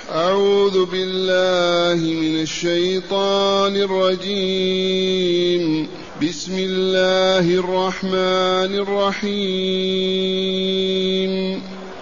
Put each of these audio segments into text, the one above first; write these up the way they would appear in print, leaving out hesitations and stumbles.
أعوذ بالله من الشيطان الرجيم. بسم الله الرحمن الرحيم.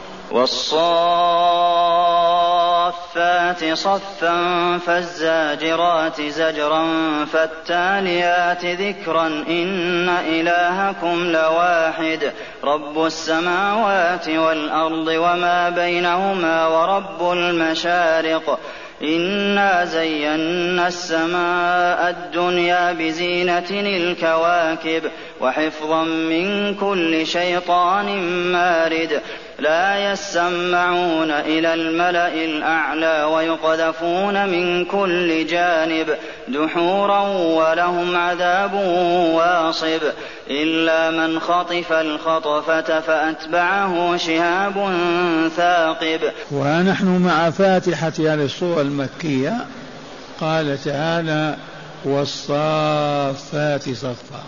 والصافات صفا فالزاجرات زجرا فالتاليات ذكرا إن إلهكم لواحد رب السماوات والأرض وما بينهما ورب المشارق إنا زينا السماء الدنيا بزينة الكواكب وحفظا من كل شيطان مارد لا يسمعون إلى الملأ الأعلى ويقذفون من كل جانب دحورا ولهم عذاب واصب إلا من خطف الخطفة فأتبعه شهاب ثاقب. ونحن مع فاتحة هذه السورة المكية. قال تعالى والصافات صفا.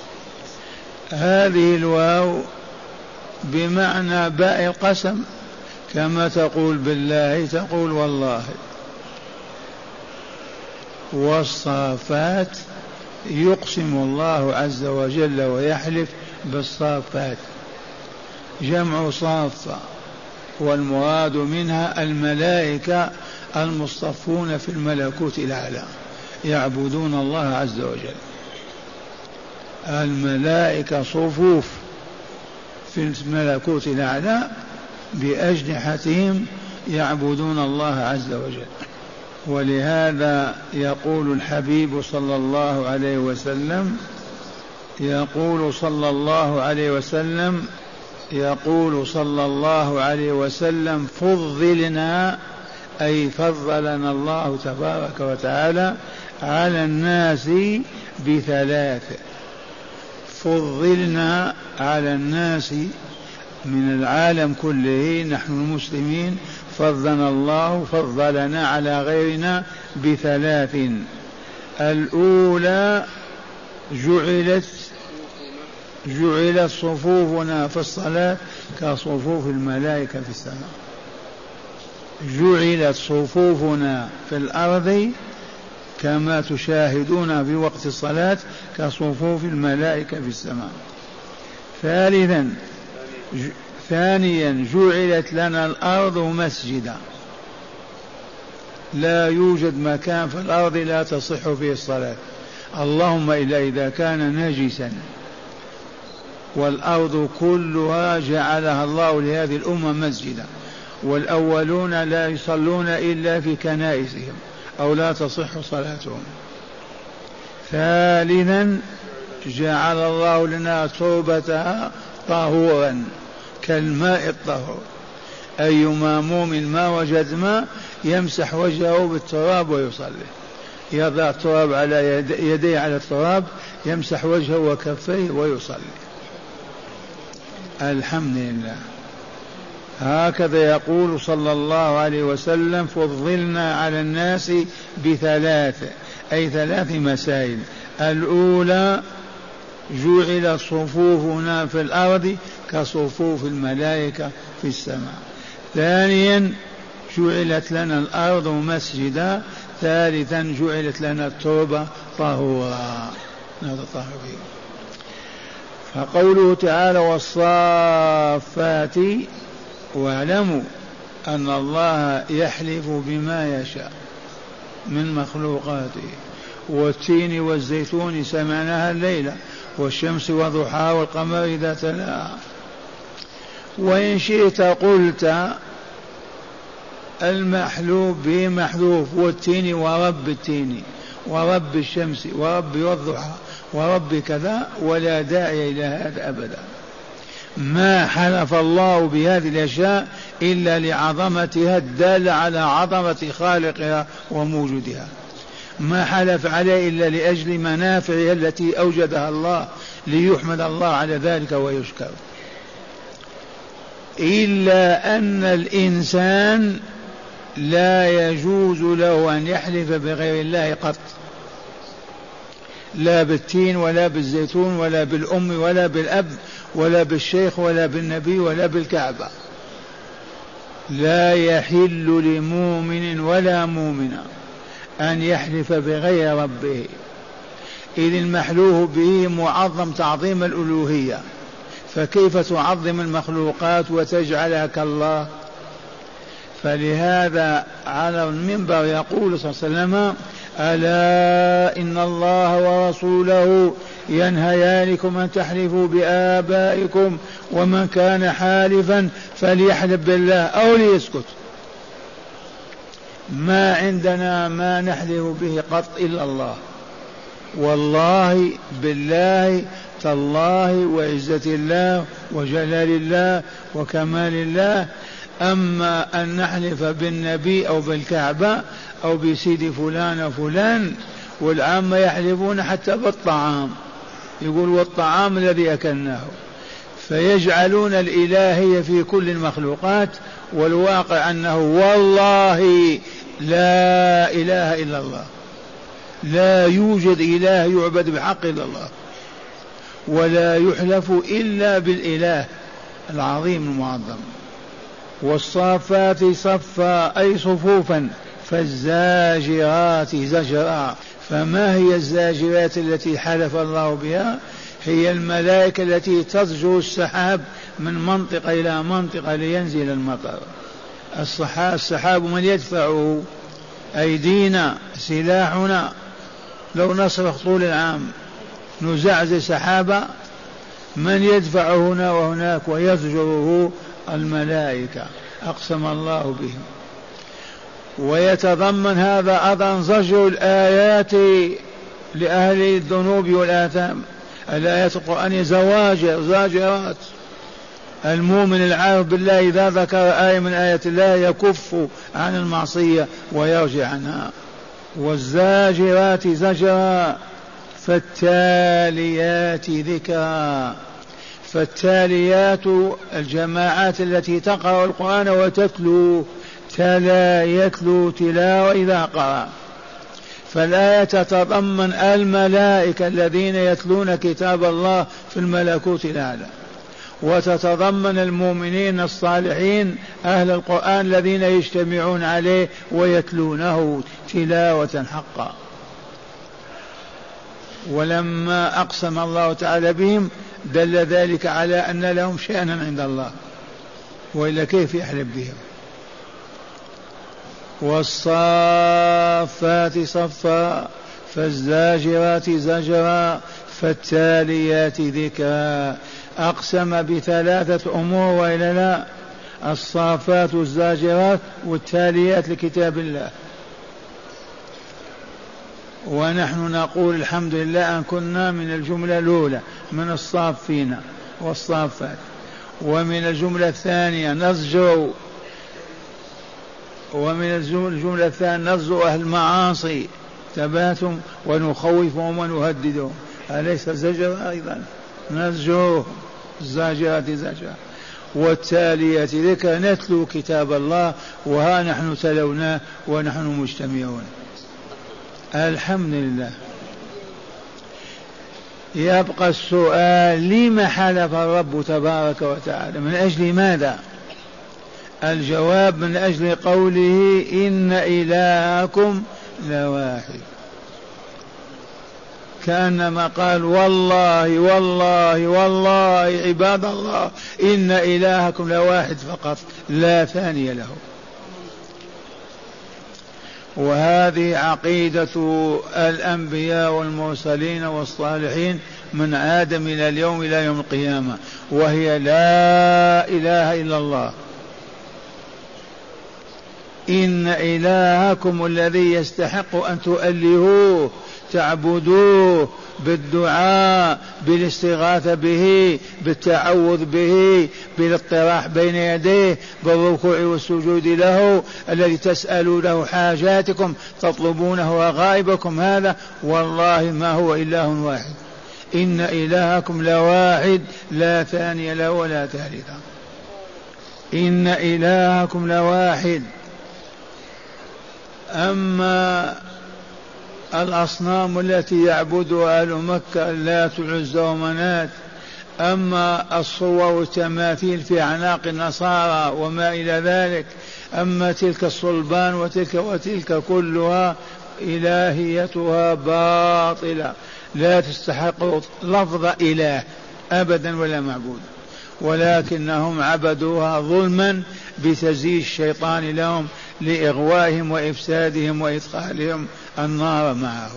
هذه الواو بمعنى باء القسم، كما تقول بالله تقول والله. والصافات يقسم الله عز وجل ويحلف بالصافات، جمع صافة، والمراد منها الملائكة المصطفون في الملكوت الأعلى يعبدون الله عز وجل. الملائكة صفوف في الملكوت الأعلى بأجنحتهم يعبدون الله عز وجل. ولهذا يقول الحبيب صلى الله عليه وسلم يقول صلى الله عليه وسلم فضلنا، أي فضلنا الله تبارك وتعالى على الناس بثلاث. فضلنا على الناس من العالم كله، نحن المسلمين فضلنا على غيرنا بثلاث. الأولى جعلت صفوفنا في الصلاة كصفوف الملائكة في السماء. جعلت صفوفنا في الأرض كما تشاهدون في وقت الصلاة كصفوف الملائكة في السماء. ثانيا جعلت لنا الأرض مسجدا، لا يوجد مكان في الأرض لا تصح فيه الصلاة، اللهم إلا إذا كان نجسا، والأرض كلها جعلها الله لهذه الأمة مسجدا، والأولون لا يصلون إلا في كنائسهم أو لا تصح صلاتهم. ثالثا جعل الله لنا تربتها طهورا كالماء الطهور، أيما مؤمن ما وجد ماء يمسح وجهه بالتراب ويصلي، يضع التراب على يديه على التراب، يمسح وجهه وكفيه ويصلي. الحمد لله. هكذا يقول صلى الله عليه وسلم فضلنا على الناس بثلاث، أي ثلاث مسائل. الأولى جعل صفوفنا في الأرض كصفوف الملائكة في السماء. ثانيا جعلت لنا الأرض مسجدا. ثالثا جعلت لنا التربة طهورا نتطهر فيه. فقوله تعالى والصافات، واعلموا أن الله يحلف بما يشاء من مخلوقاته. والتين والزيتون سمعناها الليلة، والشمس وضحاها والقمر إذا تلاها. وإن شئت قلت المحلوف به محذوف، والتين ورب التين ورب الشمس ورب والضحى ورب كذا، ولا داعي إلى هذا أبدا. ما حلف الله بهذه الأشياء إلا لعظمتها الدالة على عظمة خالقها وموجودها، ما حلف عليه إلا لأجل منافعها التي أوجدها الله ليحمد الله على ذلك ويشكر. إلا أن الإنسان لا يجوز له أن يحلف بغير الله قط، لا بالتين ولا بالزيتون ولا بالأم ولا بالأب ولا بالشيخ ولا بالنبي ولا بالكعبة. لا يحل لمؤمن ولا مؤمنة أن يحلف بغير ربه، إذ المحلوف به معظم تعظيم الألوهية، فكيف تعظم المخلوقات وتجعلها كالله؟ فلهذا على المنبر يقول صلى الله عليه وسلم: ألا إن الله ورسوله ينهيانكم أن تحلفوا بآبائكم، ومن كان حالفا فليحلف بالله أو ليسكت. ما عندنا ما نحلف به قط إلا الله، والله بالله تالله وعزة الله وجلال الله وكمال الله. أما أن نحلف بالنبي أو بالكعبة أو بسيد فلان وفلان، والعامة يحلفون حتى بالطعام، يقول والطعام الذي أكلناه، فيجعلون الإلهية في كل المخلوقات، والواقع أنه والله لا إله إلا الله، لا يوجد إله يعبد بحق إلا الله، ولا يحلف إلا بالإله العظيم المعظم. والصافات صفا أي صفوفا، فالزاجرات زجرا. فما هي الزاجرات التي حلف الله بها؟ هي الملائكة التي تزجر السحاب من منطقة إلى منطقة لينزل المطر. السحاب من يدفعه؟ أيدينا، سلاحنا. لو نصرخ طول العام نزعزع سحابة، من يدفع هنا وهناك ويزجره؟ الملائكة، أقسم الله بهم. ويتضمن هذا أيضا زجر الآيات لأهل الذنوب والآثام. الآيات القرآنية زاجرات. المؤمن العارف بالله إذا ذكر آية من آيات الله يكف عن المعصية ويرجع عنها. والزاجرات زجرا فالتاليات ذكرا. فالتاليات الجماعات التي تقرأ القرآن وتتلو، تلا يتلو تلاوة إذا قرأ. فالآية تتضمن الملائكة الذين يتلون كتاب الله في الملكوت الأعلى، وتتضمن المؤمنين الصالحين أهل القرآن الذين يجتمعون عليه ويتلونه تلاوة حقا. ولما أقسم الله تعالى بهم دل ذلك على أن لهم شأنا عند الله، وإلا كيف يحلف بهم؟ والصافات صفا فالزاجرات زجرا فالتاليات ذكرا. أقسم بثلاثة أمور وإلا لا؟ الصافات والزاجرات والتاليات لكتاب الله. ونحن نقول الحمد لله أن كنا من الجملة الأولى من الصافين والصافات، ومن الجملة الثانية نزجر، ومن الجملة الثانية نزجر أهل المعاصي تباتهم ونخوفهم ونهددهم. أليس زجر أيضا؟ نزجر الزاجرات زجرا والتاليات ذكر. نتلو كتاب الله وها نحن تلوناه ونحن مجتمعون. الحمد لله. يبقى السؤال: لما حلف الرب تبارك وتعالى؟ من أجل ماذا؟ الجواب: من أجل قوله إن إلهكم لواحد. كأنما قال والله والله والله عباد الله إن إلهكم لواحد فقط لا ثاني له. وهذه عقيدة الأنبياء والمرسلين والصالحين من آدم إلى اليوم إلى يوم القيامة، وهي لا إله إلا الله. إن إلهكم الذي يستحق أن تؤلهوه تعبدوه بالدعاء بالاستغاثة به بالتعوذ به بالاطراح بين يديه بالركوع والسجود له، الذي تسألوا له حاجاتكم تطلبونه وغائبكم، هذا والله ما هو إله واحد. إن إلهكم لواحد لا ثاني له ولا ثالث. إن إلهكم لواحد. أما الأصنام التي يعبدها أهل مكة اللات والعزى ومنات أما الصور والتماثيل في أعناق النصارى وما إلى ذلك، أما تلك الصلبان وتلك كلها إلهيتها باطلة، لا تستحق لفظ إله أبدا ولا معبود، ولكنهم عبدوها ظلما بتزييج الشيطان لهم لإغوائهم وإفسادهم وإدخالهم النار معه.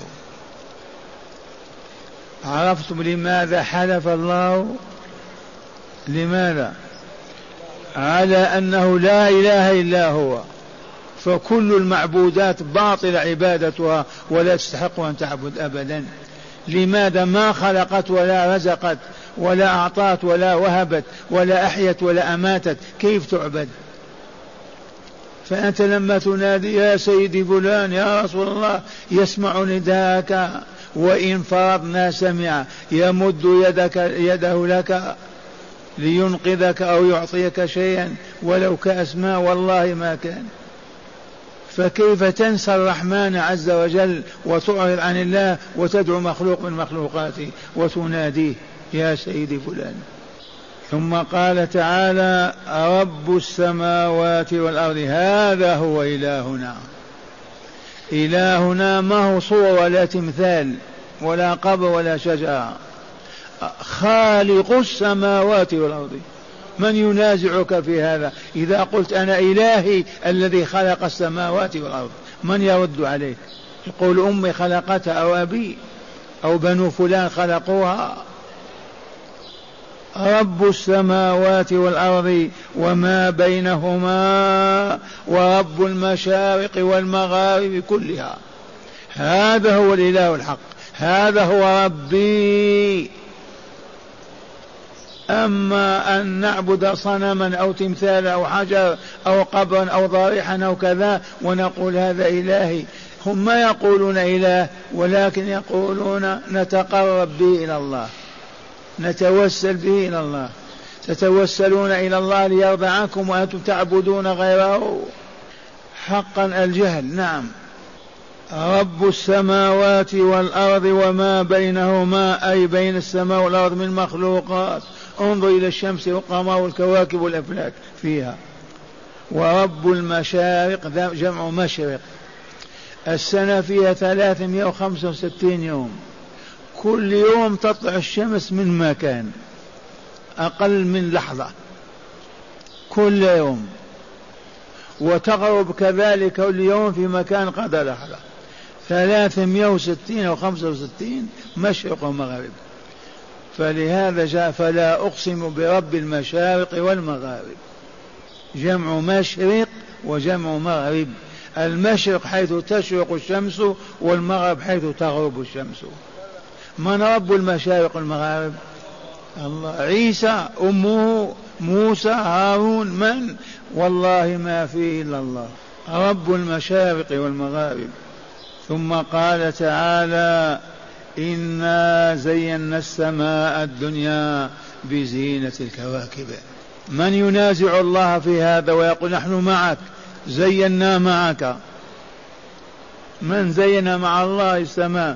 عرفتم لماذا حلف الله؟ لماذا؟ على أنه لا إله إلا هو، فكل المعبودات باطل عبادتها ولا تستحق أن تعبد أبدا. لماذا؟ ما خلقت ولا رزقت ولا أعطت ولا وهبت ولا أحيت ولا أماتت، كيف تعبد؟ فأنت لما تنادي يا سيدي فلان يا رسول الله يسمع نداءك، وإن فرضنا سمع، يمد يده لك لينقذك أو يعطيك شيئا ولو كأسماء، والله ما كان. فكيف تنسى الرحمن عز وجل وتعرض عن الله وتدعو مخلوق من مخلوقاته وتناديه يا سيدي فلان؟ ثم قال تعالى رب السماوات والأرض، هذا هو إلهنا. إلهنا ما هو صور ولا تمثال ولا قبر ولا شجرة، خالق السماوات والأرض. من ينازعك في هذا؟ إذا قلت أنا إلهي الذي خلق السماوات والأرض، من يرد عليك؟ يقول أمي خلقتها أو أبي أو بنو فلان خلقوها. رب السماوات والأرض وما بينهما ورب المشارق والمغارب كلها، هذا هو الإله الحق، هذا هو ربي. أما أن نعبد صنما أو تمثالا أو حجر أو قبرا أو ضريحا أو كذا ونقول هذا إلهي، هم ما يقولون إله ولكن يقولون نتقرب به إلى الله، نتوسل به إلى الله. تتوسلون إلى الله ليرضى عنكم وأنتم تعبدون غيره، حقا الجهل. نعم. رب السماوات والأرض وما بينهما، أي بين السماء والأرض من مخلوقات. انظر إلى الشمس والقمر والكواكب والأفلاك فيها. ورب المشارق، جمع مشرق. السنة فيها 365 يوم، كل يوم تطلع الشمس من مكان أقل من لحظة كل يوم، وتغرب كذلك كل يوم في مكان قدر لحظة. 360 أو 65 مشرق ومغرب. فلهذا جاء فلا أقسم برب المشارق والمغارب، جمع مشرق وجمع مغرب. المشرق حيث تشرق الشمس، والمغرب حيث تغرب الشمس. من رب المشارق والمغارب؟ الله. عيسى، أمه، موسى، هارون، من؟ والله ما فيه إلا الله، رب المشارق والمغارب. ثم قال تعالى إنا زينا السماء الدنيا بزينة الكواكب. من ينازع الله في هذا ويقول نحن معك، زينا معك؟ من زين مع الله السماء؟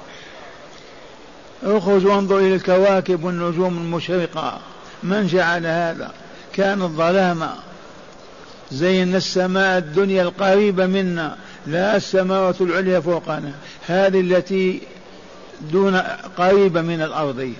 اخرج وانظر إلى الكواكب والنجوم المشرقة، من جعل هذا؟ كانت ظلاما. زينا السماء الدنيا القريبة منا، لا السماوات العليا فوقنا، هذه التي دون قريبة من الأرض.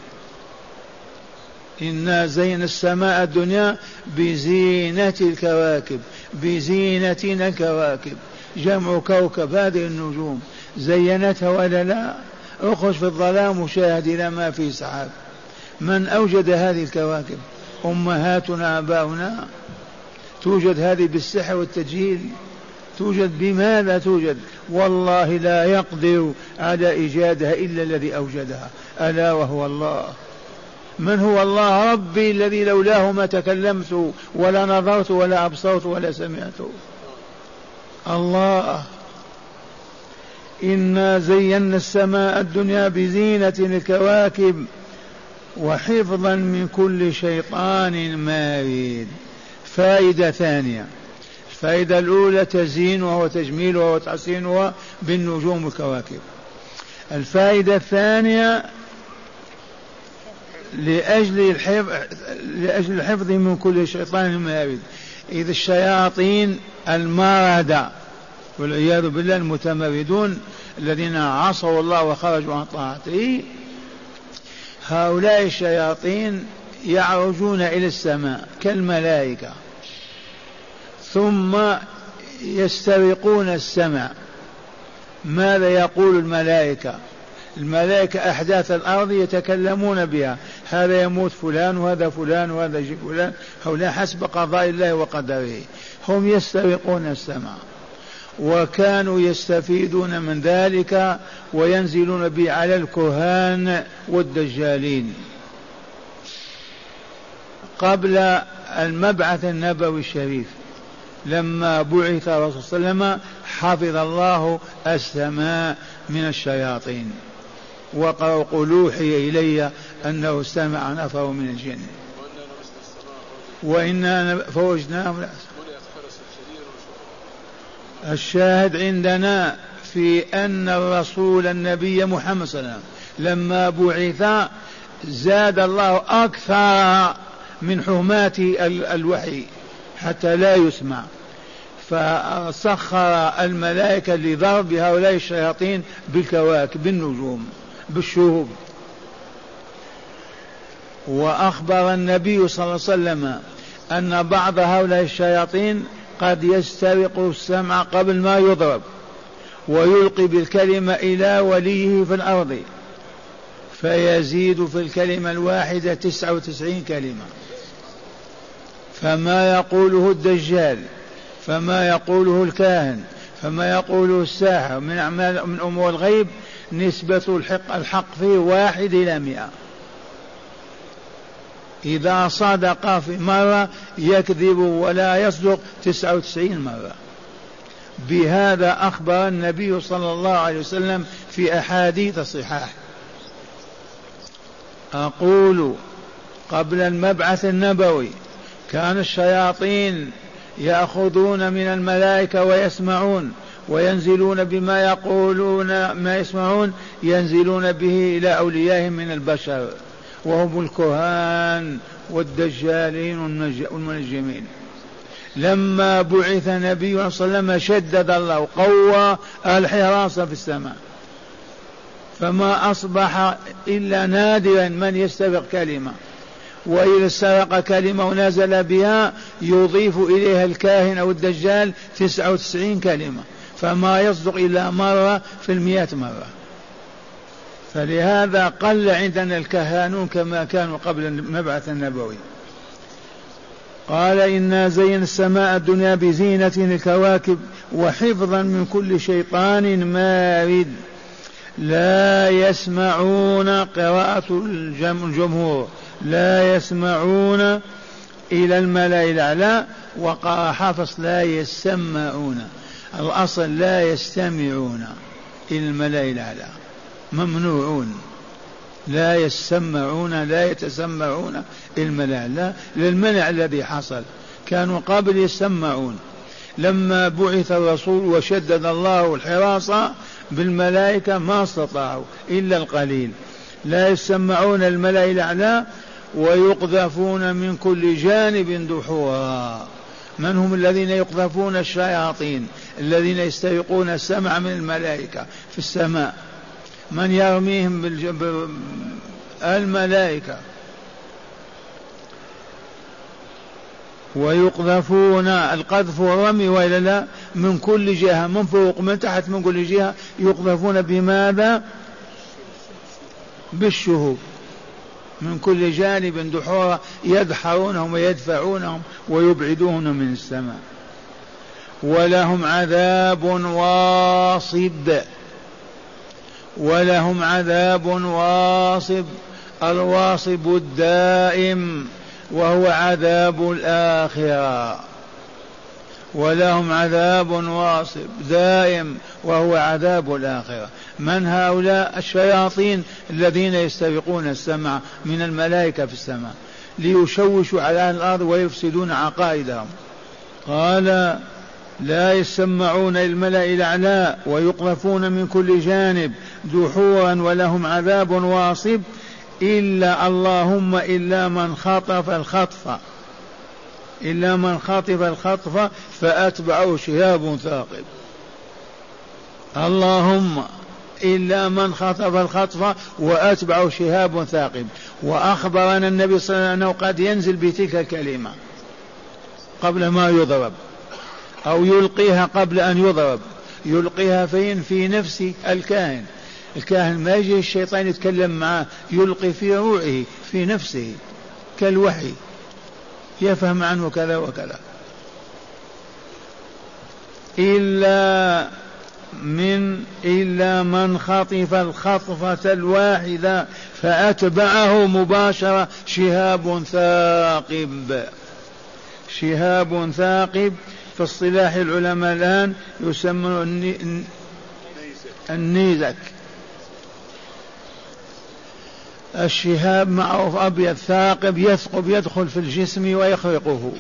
إنا زينا السماء الدنيا بزينة الكواكب، بزينتنا الكواكب، جمع كوكب. هذه النجوم زينتها ولا لا؟ اخرج في الظلام وشاهد إلى ما في سحاب. من أوجد هذه الكواكب؟ أمهاتنا آباؤنا؟ توجد هذه بالسحر والتجهيل؟ توجد بماذا توجد؟ والله لا يقدر على إيجادها إلا الذي أوجدها، ألا وهو الله. من هو الله؟ ربي الذي لولاه ما تكلمت ولا نظرت ولا أبصرت ولا سمعت. الله. إنا زينا السماء الدنيا بزينة الكواكب وحفظا من كل شيطان مارد. فائدة ثانية. الفائدة الأولى تزيينها وتجميلها وتحسينها بالنجوم والكواكب. الفائدة الثانية لأجل الحفظ من كل شيطان مارد. إذ الشياطين الماردة والعياذ بالله المتمردون الذين عصوا الله وخرجوا عن طاعته، هؤلاء الشياطين يعرجون إلى السماء كالملائكة ثم يسترقون السمع. ماذا يقول الملائكة؟ الملائكة أحداث الأرض يتكلمون بها، هذا يموت فلان وهذا فلان وهذا يجي فلان، هؤلاء حسب قضاء الله وقدره. هم يسترقون السمع، وكانوا يستفيدون من ذلك وينزلون به على الكهان والدجالين. قبل المبعث النبوي الشريف لما بعث الرسول صلى الله عليه وسلم حفظ الله السماء من الشياطين، وقالوا قل أوحي إلي أنه استمع نفر من الجن وإنا فوجناهم. الشاهد عندنا في أن الرسول النبي محمد صلى الله عليه وسلم لما بعث زاد الله أكثر من حماة الوحي حتى لا يسمع، فسخر الملائكة لضرب هؤلاء الشياطين بالكواكب بالنجوم بالشهب. وأخبر النبي صلى الله عليه وسلم أن بعض هؤلاء الشياطين قد يسترق السمع قبل ما يضرب ويلقي بالكلمة إلى وليه في الأرض فيزيد في الكلمة الواحدة 99 كلمة، فما يقوله الدجال، فما يقوله الكاهن، فما يقوله الساحر من أمور الغيب نسبة الحق فيه 1 إلى 100. إذا صدق في مرة يكذب ولا يصدق 99 مرة. بهذا أخبر النبي صلى الله عليه وسلم في أحاديث الصحاح. أقول قبل المبعث النبوي كان الشياطين يأخذون من الملائكة ويسمعون وينزلون بما يقولون ما يسمعون ينزلون به إلى أوليائهم من البشر وهم الكهان والدجالين والمنجمين. لما بعث النبي صلى الله عليه وسلم شدد الله قوى الحراسة في السماء، فما أصبح إلا نادرا من يستبق كلمة، وإذا سرق كلمة ونزل بها يضيف إليها الكاهن أو الدجال 99 كلمة، فما يصدق إلا مرة في 100 مرة. فلهذا قل عندنا الكهانون كما كانوا قبل المبعث النبوي. قال إنا زينا السماء الدنيا بزينة الكواكب وحفظا من كل شيطان مارد. لا يسمعون قراءة الجمهور لا يسمعون إلى الملأ الأعلى، وقال حفص لا يسمعون، الأصل لا يستمعون إلى الملأ الأعلى، ممنوعون، لا يسمعون لا يتسمعون الملأ الأعلى للمنع الذي حصل. كانوا قبل يسمعون، لما بعث الرسول وشدد الله الحراسة بالملائكة ما استطاعوا إلا القليل. لا يسمعون الملأ الأعلى ويقذفون من كل جانب دحورا. من هم الذين يقذفون؟ الشياطين الذين يسترقون السمع من الملائكة في السماء. من يرميهم الملائكة. ويقذفون القذف والرمي وإلا لا من كل جهة، من فوق من تحت من كل جهة. يقذفون بماذا؟ بالشهوب من كل جانب دحورا يدحرونهم ويدفعونهم ويبعدون من السماء. ولهم عذاب واصب، ولهم عذاب واصب، الواصب الدائم وهو عذاب الآخرة. ولهم عذاب واصب دائم وهو عذاب الآخرة. من هؤلاء؟ الشياطين الذين يستبقون السمع من الملائكة في السماء ليشوشوا على أهل الأرض ويفسدون عقائدهم. قال لا يسمعون الملأ الأعلى ويقذفون من كل جانب دحورا ولهم عذاب واصب إلا اللهم إلا من خطف الخطف، إلا من خطف الخطف فأتبعه شهاب ثاقب. اللهم إلا من خطف الخطف وأتبعه شهاب ثاقب. وأخبرنا النبي صلى الله عليه وسلم أنه قد ينزل بتلك الكلمة قبل ما يضرب، أو يلقيها قبل أن يضرب. يلقيها فين؟ في نفس الكاهن. الكاهن ما يجي الشيطان يتكلم معه، يلقي في روعه في نفسه كالوحي، يفهم عنه كذا وكذا. إلا من خطف الخطفة الواحدة فأتبعه مباشرة شهاب ثاقب. شهاب ثاقب في اصطلاح العلماء الآن يسمى النيزك. الشهاب معروف أبيض، ثاقب يثقب يدخل في الجسم ويخرقه.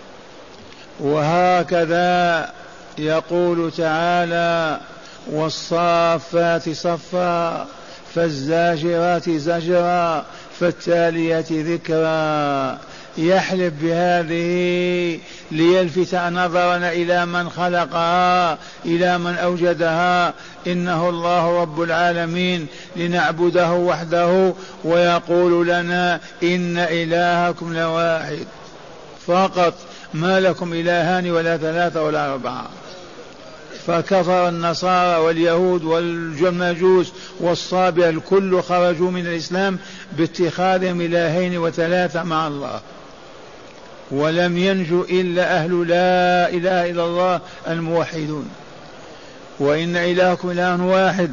وهكذا يقول تعالى: والصافات صفا فالزاجرات زجرا فالتاليات ذكرا. يحلف بهذه ليلفت نظرنا إلى من خلقها، إلى من أوجدها، إنه الله رب العالمين، لنعبده وحده. ويقول لنا: إن إلهكم لواحد فقط، ما لكم إلهان ولا ثلاثة ولا أربعة. فكفر النصارى واليهود والمجوس والصابئة الكل خرجوا من الإسلام باتخاذهم إلهين وثلاثة مع الله، ولم ينجو إلا أهل لا إله إلا الله الموحدون. وإن إلهكم إله واحد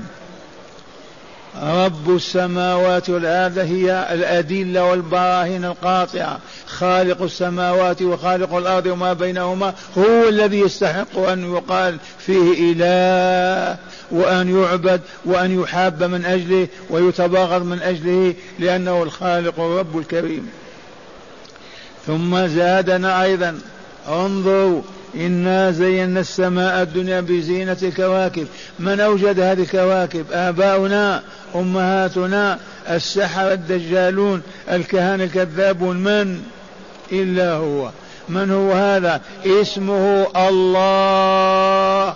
رب السماوات والأرض. هي الأدلة والبراهين القاطعة. خالق السماوات وخالق الأرض وما بينهما هو الذي يستحق أن يقال فيه إله، وأن يعبد، وأن يحاب من أجله ويتباغض من أجله، لأنه الخالق الرب الكريم. ثم زادنا أيضا: انظروا إنا زينا السماء الدنيا بزينة الكواكب. من أوجد هذه الكواكب؟ آباؤنا أمهاتنا السحرة الدجالون الكهنة الكذابون. من إلا هو. من هو هذا؟ اسمه الله،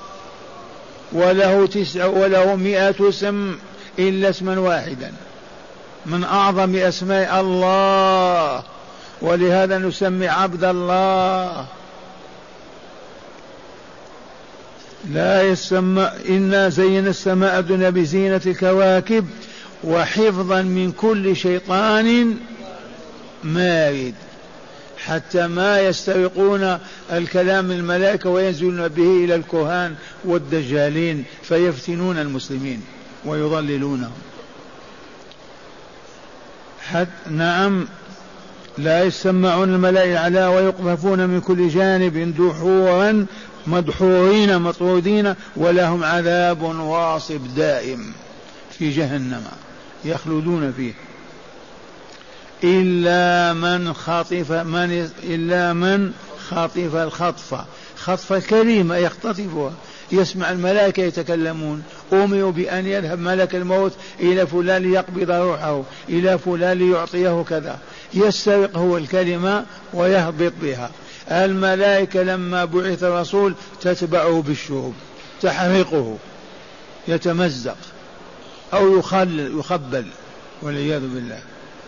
وله 100 اسم إلا اسما واحدا من أعظم أسماء الله، ولهذا نسمي عبد الله. لا يسمى إنا زينا السماء الدنيا بزينة الكواكب وحفظا من كل شيطان مارد، حتى ما يسترقون الكلام الملائكة وينزلون به إلى الكهان والدجالين فيفتنون المسلمين ويضللونهم. نعم، لا يسمعون الملائكة على ويقذفون من كل جانب دحورا مدحورين مطرودين، ولهم عذاب واصب دائم في جهنم يخلدون فيه. إلا من خطف الخطفة. خطف كلمة يختطفها، يسمع الملائكة يتكلمون، أمروا بأن يذهب ملك الموت إلى فلان ليقبض روحه، إلى فلان ليعطيه كذا، يسترق هو الكلمة ويهبط بها. الملائكة لما بعث الرسول تتبعه بالشهب، تحرقه، يتمزق أو يخبل والعياذ بالله.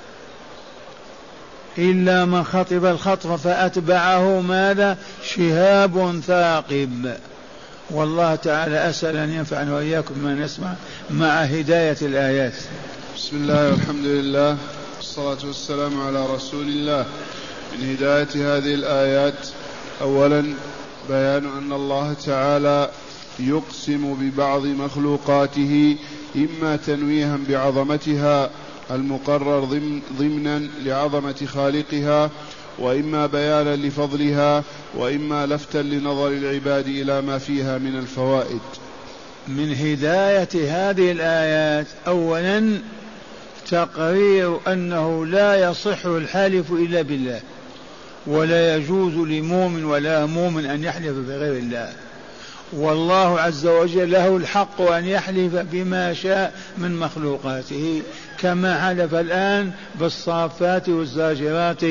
إلا من خطف الخطف فأتبعه ماذا؟ شهاب ثاقب. والله تعالى أسأل أن ينفعنا وإياكم ما نسمع مع هداية الآيات. بسم الله والحمد لله والصلاة والسلام على رسول الله. من هداية هذه الآيات: أولا بيان أن الله تعالى يقسم ببعض مخلوقاته إما تنويها بعظمتها المقرر ضمنا لعظمة خالقها، وإما بيانا لفضلها، وإما لفتا لنظر العباد إلى ما فيها من الفوائد. من هداية هذه الآيات: أولا تقرير أنه لا يصح الحلف إلا بالله، ولا يجوز لمؤمن ولا مؤمن أن يحلف بغير الله. والله عز وجل له الحق أن يحلف بما شاء من مخلوقاته، كما حلف الآن بالصافات والزاجرات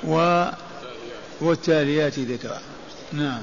والتاليات ذكرا. نعم.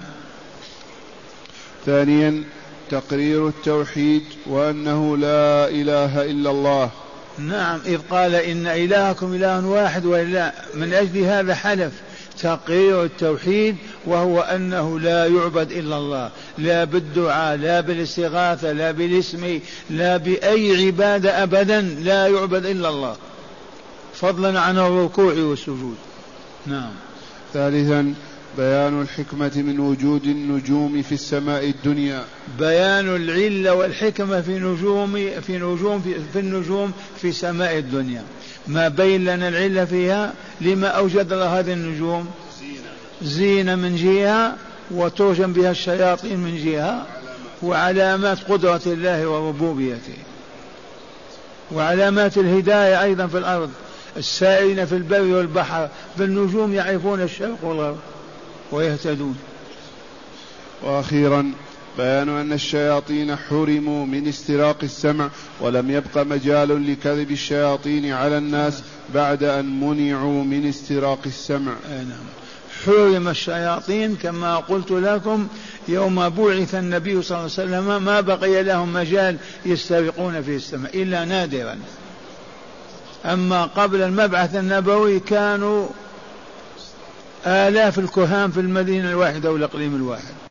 ثانيا تقرير التوحيد وأنه لا إله إلا الله. نعم، إذ قال إن إلهكم إله واحد ولا، من أجل هذا حلف. تقرير التوحيد وهو أنه لا يعبد إلا الله، لا بالدعاء لا بالاستغاثة لا بالاسم لا بأي عبادة أبدا، لا يعبد إلا الله فضلا عن الركوع والسجود. نعم. ثالثا بيان الحكمة من وجود النجوم في السماء الدنيا. بيان العلة والحكمة في النجوم في سماء الدنيا. ما بين لنا العلة فيها، لما أوجد الله هذه النجوم؟ زينة من جهة، وتوجم بها الشياطين من جهة، وعلامات قدرة الله وربوبيته، وعلامات الهداية أيضا في الأرض. السائلين في البر والبحر بالنجوم يعرفون الشرق والغرب ويهتدون. وأخيرا بيان أن الشياطين حرموا من استراق السمع، ولم يبق مجال لكذب الشياطين على الناس بعد أن منعوا من استراق السمع. حرم الشياطين كما قلت لكم يوم بعث النبي صلى الله عليه وسلم، ما بقي لهم مجال يسترقون في السمع إلا نادرا. أما قبل المبعث النبوي كانوا آلاف الكهان في المدينة الواحدة والإقليم الواحد.